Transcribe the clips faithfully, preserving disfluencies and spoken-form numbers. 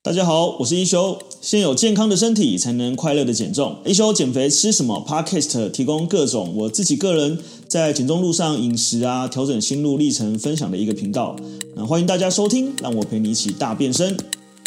大家好，我是一休。先有健康的身体，才能快乐的减重。一休减肥吃什么 Podcast 提供各种我自己个人在减重路上饮食啊、调整心路历程分享的一个频道。那欢迎大家收听，让我陪你一起大变身。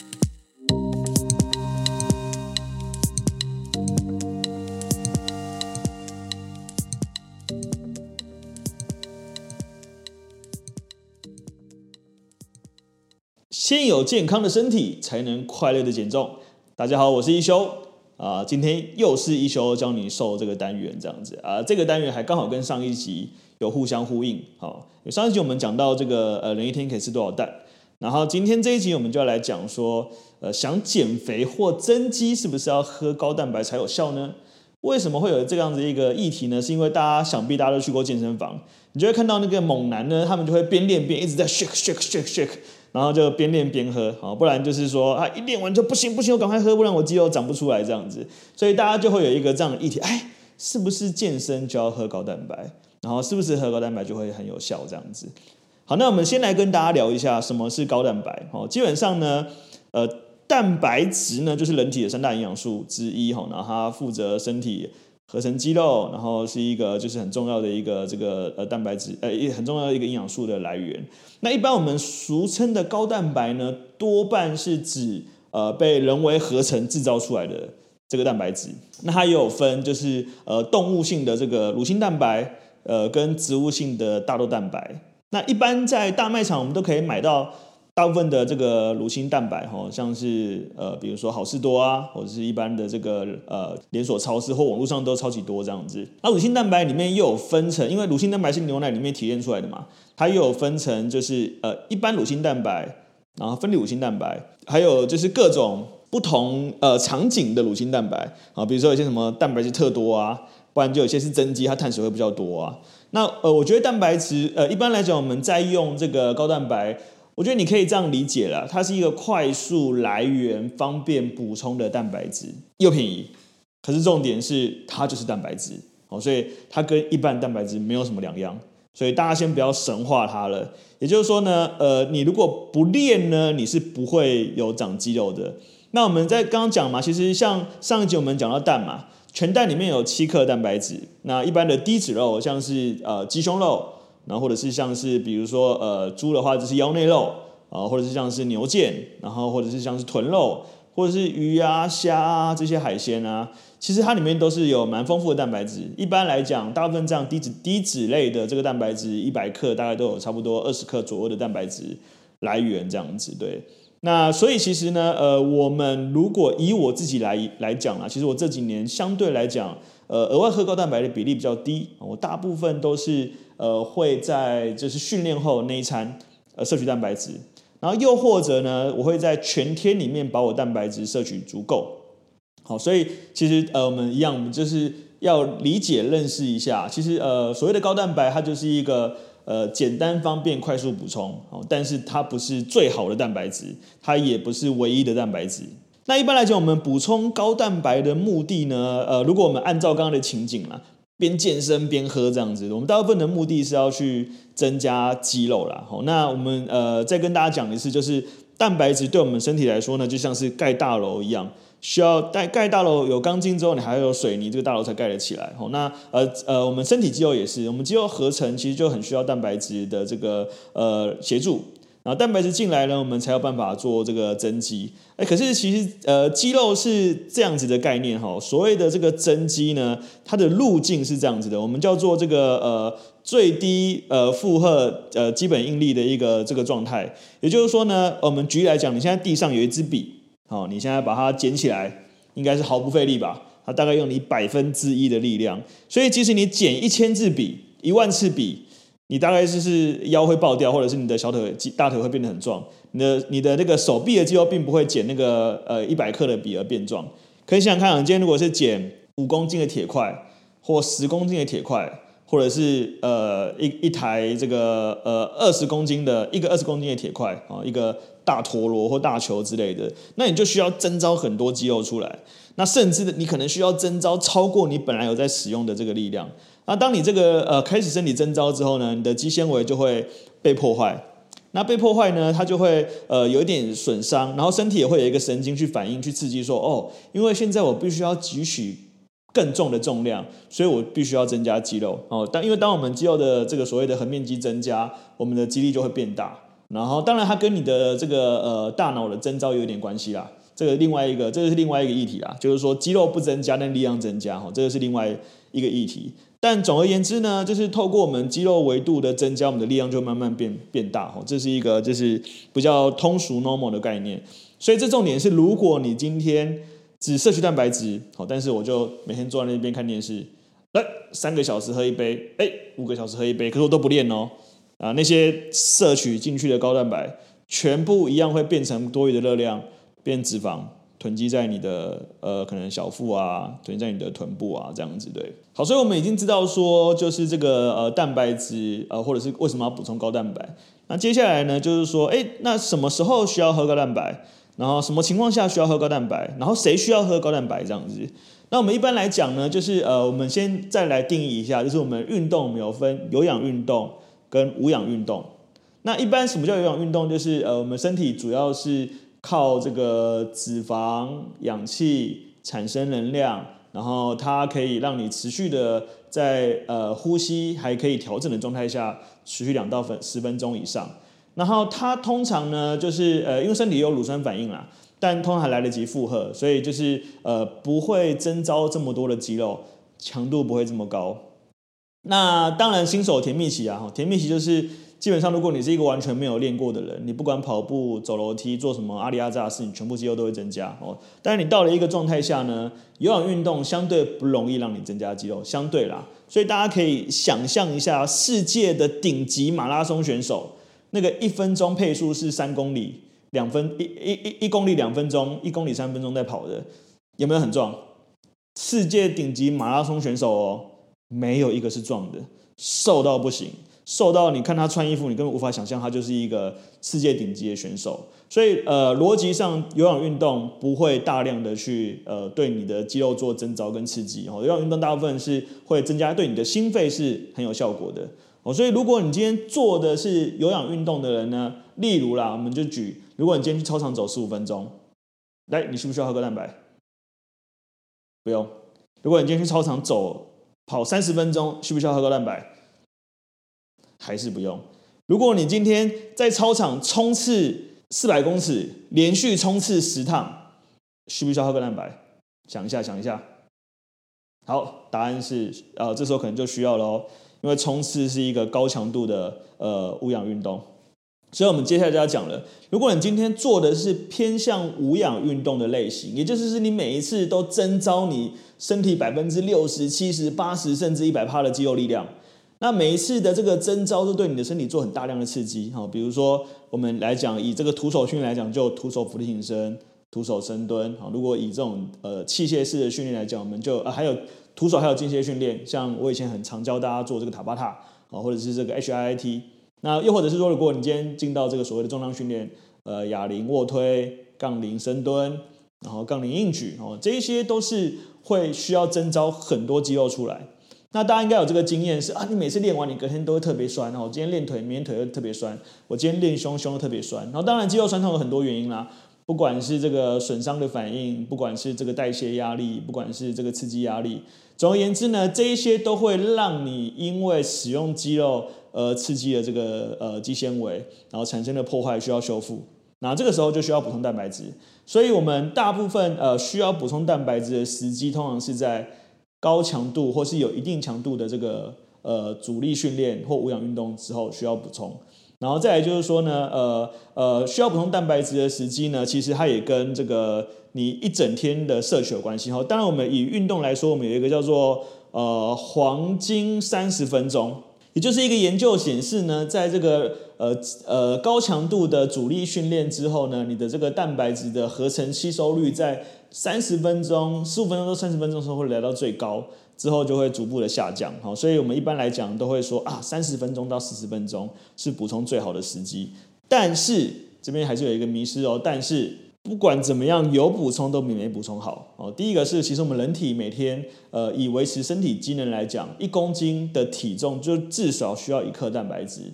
先有健康的身体，才能快乐的减重。大家好，我是一休啊、呃，今天又是一休教你瘦这个单元这样子啊、呃，这个单元还刚好跟上一集有互相呼应。好、哦，上一集我们讲到这个呃人一天可以吃多少蛋，然后今天这一集我们就要来讲说，呃，想减肥或增肌是不是要喝高蛋白才有效呢？为什么会有这样子一个议题呢？是因为大家想必大家都去过健身房，你就会看到那个猛男呢，他们就会边练边一直在 shake shake shake shake。然后就边练边喝，好，不然就是说啊，一练完就不行不行，我赶快喝，不然我肌肉长不出来这样子。所以大家就会有一个这样的议题，哎，是不是健身就要喝高蛋白？然后是不是喝高蛋白就会很有效这样子？好，那我们先来跟大家聊一下什么是高蛋白。好，基本上呢，呃，蛋白质呢就是人体的三大营养素之一，哈，然后它负责身体合成肌肉，然后是一个就是很重要的一个这个呃蛋白质呃很重要的一个营养素的来源。那一般我们俗称的高蛋白呢，多半是指呃被人为合成制造出来的这个蛋白质。那它也有分就是呃动物性的这个乳清蛋白，呃跟植物性的大豆蛋白。那一般在大卖场我们都可以买到大部分的这个乳清蛋白，像是呃，比如说好事多啊，或者是一般的这个呃连锁超市或网络上都超级多这样子。那乳清蛋白里面又有分成，因为乳清蛋白是牛奶里面提炼出来的嘛，它又有分成就是呃一般乳清蛋白，然后分离乳清蛋白，还有就是各种不同呃场景的乳清蛋白啊，比如说有些什么蛋白质特多啊，不然就有些是增肌，它碳水会比较多啊。那呃，我觉得蛋白质呃一般来讲我们在用这个高蛋白。我觉得你可以这样理解啦，它是一个快速来源、方便补充的蛋白质，又便宜。可是重点是它就是蛋白质，所以它跟一般蛋白质没有什么两样。所以大家先不要神化它了。也就是说呢，呃，你如果不练呢，你是不会有长肌肉的。那我们在刚刚讲嘛，其实像上一集我们讲到蛋嘛，全蛋里面有七克蛋白质。那一般的低脂肉，像是呃鸡胸肉。然后或者是像是比如说呃猪的话就是腰内肉啊，或者是像是牛腱，然后或者是像是豚肉，或者是鱼啊虾啊这些海鲜啊，其实它里面都是有蛮丰富的蛋白质。一般来讲，大部分这样低脂低脂类的这个蛋白质，一百克大概都有差不多二十克左右的蛋白质来源这样子。对，那所以其实呢，呃，我们如果以我自己来来讲啊，其实我这几年相对来讲，呃，额外喝高蛋白的比例比较低，我大部分都是。呃，会在就是训练后那一餐，呃，摄取蛋白质，然后又或者呢，我会在全天里面把我蛋白质摄取足够。好，所以其实呃，我们一样，我们就是要理解认识一下，其实呃，所谓的高蛋白，它就是一个呃简单方便快速补充，哦，但是它不是最好的蛋白质，它也不是唯一的蛋白质。那一般来讲，我们补充高蛋白的目的呢，呃，如果我们按照刚刚的情景啦。边健身边喝这样子，我们大部分的目的是要去增加肌肉啦。好，那我们呃再跟大家讲一次，就是蛋白质对我们身体来说呢，就像是盖大楼一样，需要盖盖大楼有钢筋之后，你还要有水泥，这个大楼才盖得起来。好，那呃呃我们身体肌肉也是，我们肌肉合成其实就很需要蛋白质的这个呃协助。然后蛋白质进来呢，我们才有办法做这个增肌。哎，可是其实呃肌肉是这样子的概念哈，所谓的这个增肌呢，它的路径是这样子的，我们叫做这个呃最低呃负荷呃基本应力的一个这个状态。也就是说呢，我们举例来讲，你现在地上有一支笔，好，你现在把它捡起来，应该是毫不费力吧？它大概用你百分之一的力量，所以即使你捡一千支笔，一万次笔。你大概就是腰会爆掉，或者是你的小腿、大腿会变得很壮。你的你的那个手臂的肌肉并不会减那个呃一百克的笔而变壮。可以想想看，你今天如果是减五公斤的铁块，或十公斤的铁块，或者是呃一一台这个呃二十公斤的一个二十公斤的铁块啊，一个大陀螺或大球之类的，那你就需要征召很多肌肉出来。那甚至你可能需要征召超过你本来有在使用的这个力量。那当你这个呃开始身体征召之后呢，你的肌纤维就会被破坏。 那被破坏呢，它就会呃有一点损伤，然后身体也会有一个神经去反应去刺激说，哦，因为现在我必须要举起更重的重量，所以我必须要增加肌肉哦。但因为当我们肌肉的这个所谓的横面积增加，我们的肌力就会变大。然后当然它跟你的这个呃大脑的征召有点关系啦。这个另外一个，这个是另外一个议题啦，就是说肌肉不增加，但力量增加，这个是另外一个议题。但总而言之呢，就是透过我们肌肉维度的增加，我们的力量就慢慢变变大，这是一个就是比较通俗 normal 的概念。所以这重点是，如果你今天只摄取蛋白质，但是我就每天坐在那边看电视，来三个小时喝一杯，哎，五个小时喝一杯，可是我都不练哦，啊，那些摄取进去的高蛋白，全部一样会变成多余的热量。变脂肪囤积在你的呃可能小腹啊，囤积在你的臀部啊，这样子对。好，所以我们已经知道说，就是这个呃蛋白质呃或者是为什么要补充高蛋白。那接下来呢，就是说，哎，那什么时候需要喝高蛋白？然后什么情况下需要喝高蛋白？然后谁需要喝高蛋白这样子？那我们一般来讲呢，就是呃我们先再来定义一下，就是我们运动我们有分有氧运动跟无氧运动。那一般什么叫有氧运动？就是呃我们身体主要是靠这个脂肪、氧气产生能量，然后它可以让你持续的在呃呼吸还可以调整的状态下，持续两到十分钟以上。然后它通常呢，就是呃因为身体有乳酸反应啦，但通常还来得及负荷，所以就是呃不会征召这么多的肌肉，强度不会这么高。那当然新手甜蜜期啊，甜蜜期就是基本上如果你是一个完全没有练过的人，你不管跑步、走楼梯、做什么阿里阿扎的事，你全部肌肉都会增加哦。但是你到了一个状态下呢，有氧运动相对不容易让你增加肌肉，相对啦，所以大家可以想象一下，世界的顶级马拉松选手，那个一分钟配速是三公里，两分一一一一公里两分钟，一公里三分钟在跑的，有没有很壮？世界顶级马拉松选手哦。没有一个是壮的，瘦到不行，瘦到你看他穿衣服，你根本无法想象他就是一个世界顶级的选手。所以呃，逻辑上有氧运动不会大量的去呃对你的肌肉做增召跟刺激哦，有氧运动大部分是会增加对你的心肺是很有效果的哦。所以如果你今天做的是有氧运动的人呢，例如啦，我们就举，如果你今天去操场走十五分钟，来，你需不需要喝高蛋白？不用。如果你今天去操场走跑三十分钟，需不需要喝高蛋白？还是不用。如果你今天在操场冲刺四百公尺，连续冲刺十趟，需不需要喝高蛋白？想一下，想一下。好，答案是呃，这时候可能就需要了哦，因为冲刺是一个高强度的呃无氧运动。所以我们接下来就要讲了，如果你今天做的是偏向无氧运动的类型，也就是你每一次都征召你身体百分之六十、七十、八十甚至一百趴的肌肉力量，那每一次的这个征召都对你的身体做很大量的刺激。好，比如说我们来讲，以这个徒手训练来讲，就徒手伏地挺身、徒手深蹲。好，如果以这种呃器械式的训练来讲，我们就、呃、还有徒手还有间歇训练，像我以前很常教大家做这个塔巴塔，或者是这个 H I I T。那又或者是说，如果你今天进到这个所谓的重量训练，呃，哑铃、卧推、杠铃深蹲，然后杠铃硬举，哦，这一些都是会需要征召很多肌肉出来。那大家应该有这个经验是啊，你每次练完，你隔天都会特别酸。然后今天练腿，明天腿会特别酸；我今天练胸，胸都特别酸。然后当然肌肉酸痛有很多原因啦，不管是这个损伤的反应，不管是这个代谢压力，不管是这个刺激压力，总而言之呢，这一些都会让你因为使用肌肉而刺激了这个呃肌纤维，然后产生的破坏需要修复。那这个时候就需要补充蛋白质。所以我们大部分呃需要补充蛋白质的时机，通常是在高强度或是有一定强度的这个呃阻力训练或无氧运动之后需要补充。然后再来就是说呢，呃呃，需要补充蛋白质的时机呢，其实它也跟这个你一整天的摄取有关系。当然，我们以运动来说，我们有一个叫做呃黄金三十分钟，也就是一个研究显示呢，在这个呃呃高强度的阻力训练之后呢，你的这个蛋白质的合成吸收率在三十分钟、十五分钟到三十分钟的时候会来到最高。之后就会逐步的下降，所以我们一般来讲都会说啊，三十分钟到四十分钟是补充最好的时机。但是这边还是有一个迷思哦，但是不管怎么样，有补充都比没补充好哦。第一个是，其实我们人体每天呃以维持身体机能来讲，一公斤的体重就至少需要一克蛋白质。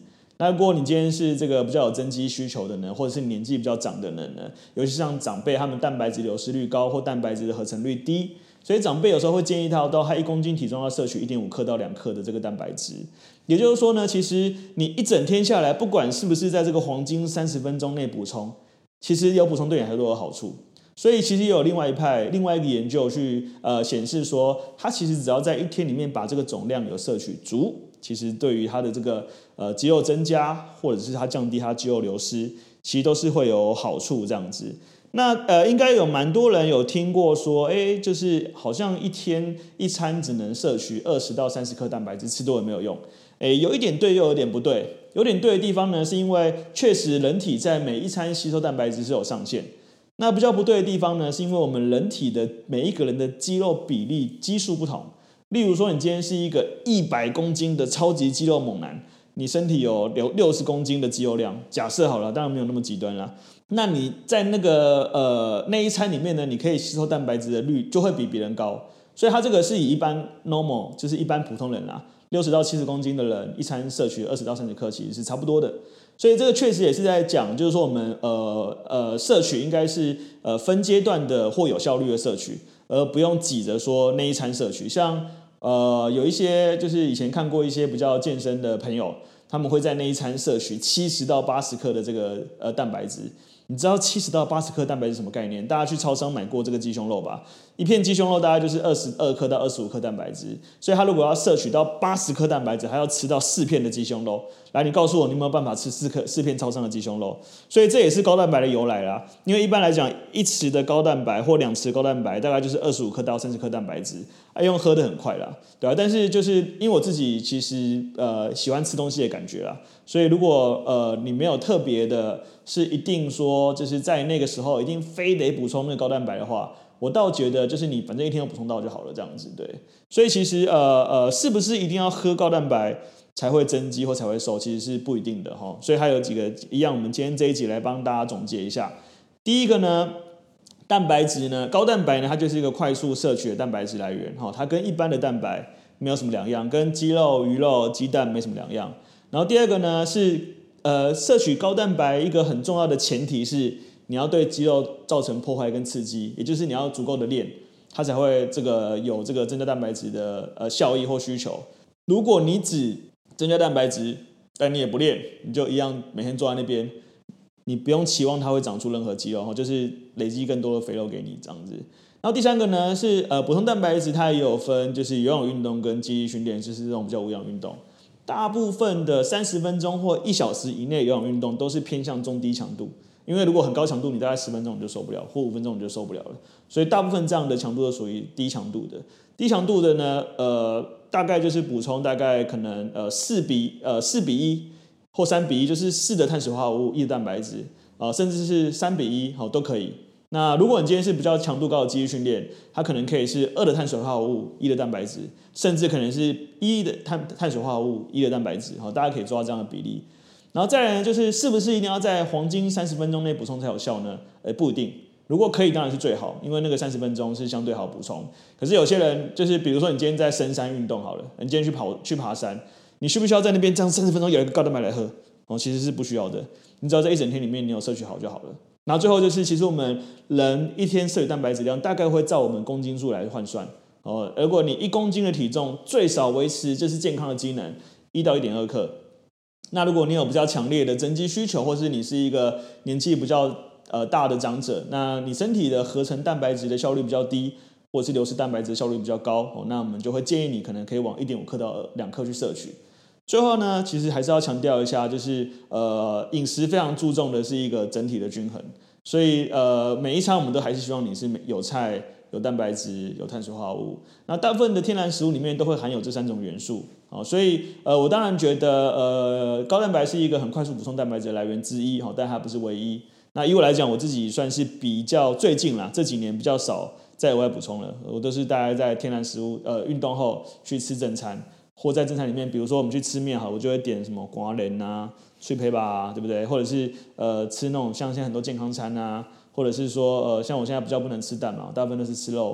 那如果你今天是这个比较有增肌需求的呢，或者是年纪比较长的人呢，尤其像长辈，他们蛋白质流失率高或蛋白质的合成率低，所以长辈有时候会建议他到他一公斤体重要摄取 一点五克到两克的这个蛋白质。也就是说呢，其实你一整天下来，不管是不是在这个黄金三十分钟内补充，其实有补充对你还都有好处。所以其实也有另外一派另外一个研究去呃显示说，它其实只要在一天里面把这个总量有摄取足，其实对于它的这个呃肌肉增加，或者是它降低它肌肉流失，其实都是会有好处这样子。那呃应该有蛮多人有听过说，哎，就是好像一天一餐只能摄取二十到三十克蛋白质，吃多也没有用。诶，有一点对又有点不对。有点对的地方呢，是因为确实人体在每一餐吸收蛋白质是有上限。那比较不对的地方呢，是因为我们人体的每一个人的肌肉比例基数不同。例如说，你今天是一个一百公斤的超级肌肉猛男，你身体有六十公斤的肌肉量，假设好了，当然没有那么极端啦。那你在那个呃那一餐里面呢，你可以吸收蛋白质的率就会比别人高。所以它这个是以一般 normal， 就是一般普通人啦。六十到七十公斤的人，一餐摄取二十到三十克，其实是差不多的。所以这个确实也是在讲，就是说我们呃呃摄取应该是呃分阶段的或有效率的摄取，而不用挤着说那一餐摄取。像呃有一些就是以前看过一些比较健身的朋友，他们会在那一餐摄取七十到八十克的这个呃蛋白质。你知道七十到八十克蛋白质是什么概念？大家去超商买过这个鸡胸肉吧？一片鸡胸肉大概就是二十二克到二十五克蛋白质，所以他如果要摄取到八十克蛋白质，还要吃到四片的鸡胸肉。来，你告诉我，你有没有办法吃四克四片超商的鸡胸肉？所以这也是高蛋白的由来啦。因为一般来讲，一匙的高蛋白或两匙高蛋白大概就是二十五克到三十克蛋白质，啊，用喝的很快啦，对吧、啊？但是就是因为我自己其实呃喜欢吃东西的感觉啦，所以如果呃你没有特别的是一定说就是在那个时候一定非得补充那个高蛋白的话，我倒觉得就是你反正一天有补充到就好了这样子，对。所以其实呃呃是不是一定要喝高蛋白才会增肌或才会瘦，其实是不一定的齁。所以还有几个一样，我们今天这一集来帮大家总结一下。第一个呢，蛋白质呢，高蛋白呢，它就是一个快速摄取的蛋白质来源齁，它跟一般的蛋白没有什么两样，跟鸡肉、鱼肉、鸡蛋没什么两样。然后第二个呢是呃摄取高蛋白一个很重要的前提是你要对肌肉造成破坏跟刺激，也就是你要足够的练，它才会这个有这个增加蛋白质的呃效益或需求。如果你只增加蛋白质，但你也不练，你就一样每天坐在那边，你不用期望它会长出任何肌肉，就是累积更多的肥肉给你这样子。然后第三个呢是呃补充蛋白质，它也有分就是有氧运动跟肌力训练，就是这种比较无氧运动。大部分的三十分钟或一小时以内有氧运动都是偏向中低强度，因为如果很高强度，你大概十分钟你就受不了，或五分钟你就受不了了。所以大部分这样的强度都属于低强度的。低强度的呢，呃，大概就是补充大概可能呃四比呃四比一或三比一，就是四的碳水化合物，一的蛋白质，呃，甚至是三比一，好都可以。那如果你今天是比较强度高的肌力训练，它可能可以是二的碳水化合物，一的蛋白质，甚至可能是一的碳碳水化合物，一的蛋白质，好，大家可以做到这样的比例。然后再来呢，就是是不是一定要在黄金三十分钟内补充才有效呢？呃，不一定。如果可以，当然是最好，因为那个三十分钟是相对好补充。可是有些人就是，比如说你今天在深山运动好了，你今天去跑去爬山，你需不需要在那边这样三十分钟有一个高蛋白来喝？哦，其实是不需要的。你只要在一整天里面你有摄取好就好了。然后最后就是，其实我们人一天摄取蛋白质量大概会照我们公斤数来换算。哦，如果你一公斤的体重最少维持就是健康的机能一到一点二克。那如果你有比较强烈的增肌需求，或是你是一个年纪比较呃大的长者，那你身体的合成蛋白质的效率比较低，或者是流失蛋白质的效率比较高，哦，那我们就会建议你可能可以往一点五克到两克去摄取。最后呢，其实还是要强调一下，就是呃饮食非常注重的是一个整体的均衡，所以呃每一餐我们都还是希望你是有菜、有蛋白质、有碳水化合物。那大部分的天然食物里面都会含有这三种元素，哦，所以呃我当然觉得呃高蛋白是一个很快速补充蛋白质的来源之一，哦，但它不是唯一。那以我来讲，我自己算是比较最近啦，这几年比较少再额外补充了，我都是大概在天然食物呃运动后去吃正餐。或在正餐里面，比如说我们去吃面好，我就会点什么瓜莲啊、脆胚吧，对不对？或者是呃吃那种像现在很多健康餐啊，或者是说呃像我现在比较不能吃蛋嘛，大部分都是吃肉，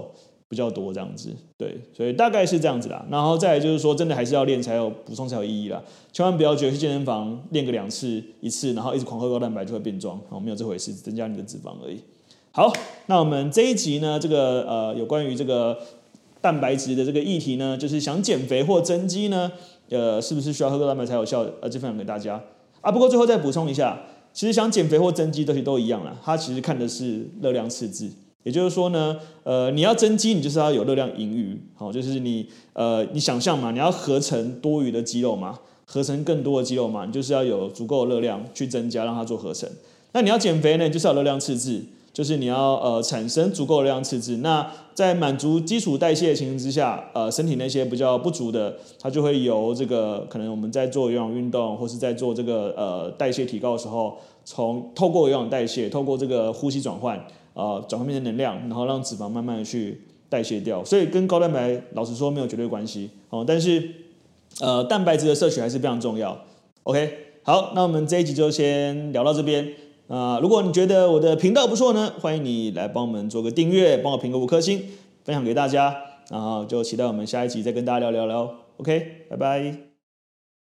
比较多这样子，对，所以大概是这样子啦。然后再来就是说，真的还是要练才有补充才有意义啦，千万不要觉得去健身房练个两次一次，然后一直狂喝高蛋白就会变壮，哦，没有这回事，增加你的脂肪而已。好，那我们这一集呢，这个呃有关于这个蛋白质的这个议题呢，就是想减肥或增肌呢，呃，是不是需要喝高蛋白才有效？呃，就分享给大家啊。不过最后再补充一下，其实想减肥或增肌东西都一样啦，它其实看的是热量赤字。也就是说呢，呃，你要增肌，你就是要有热量盈余，好，就是你呃，你想象嘛，你要合成多余的肌肉嘛，合成更多的肌肉嘛，你就是要有足够的热量去增加，让它做合成。那你要减肥呢，你就是要有热量赤字，就是你要呃产生足够的热量赤字。那在满足基础代谢的情形之下，呃，身体那些比较不足的，它就会由这个可能我们在做有氧运动，或是在做这个呃代谢提高的时候，从透过有氧代谢，透过这个呼吸转换。呃，转换变成能量，然后让脂肪慢慢的去代谢掉，所以跟高蛋白老实说没有绝对关系哦。但是呃，蛋白质的摄取还是非常重要。OK， 好，那我们这一集就先聊到这边。啊、呃，如果你觉得我的频道不错呢，欢迎你来帮我们做个订阅，帮我评个五颗星，分享给大家，然后就期待我们下一集再跟大家聊聊聊。OK， 拜拜。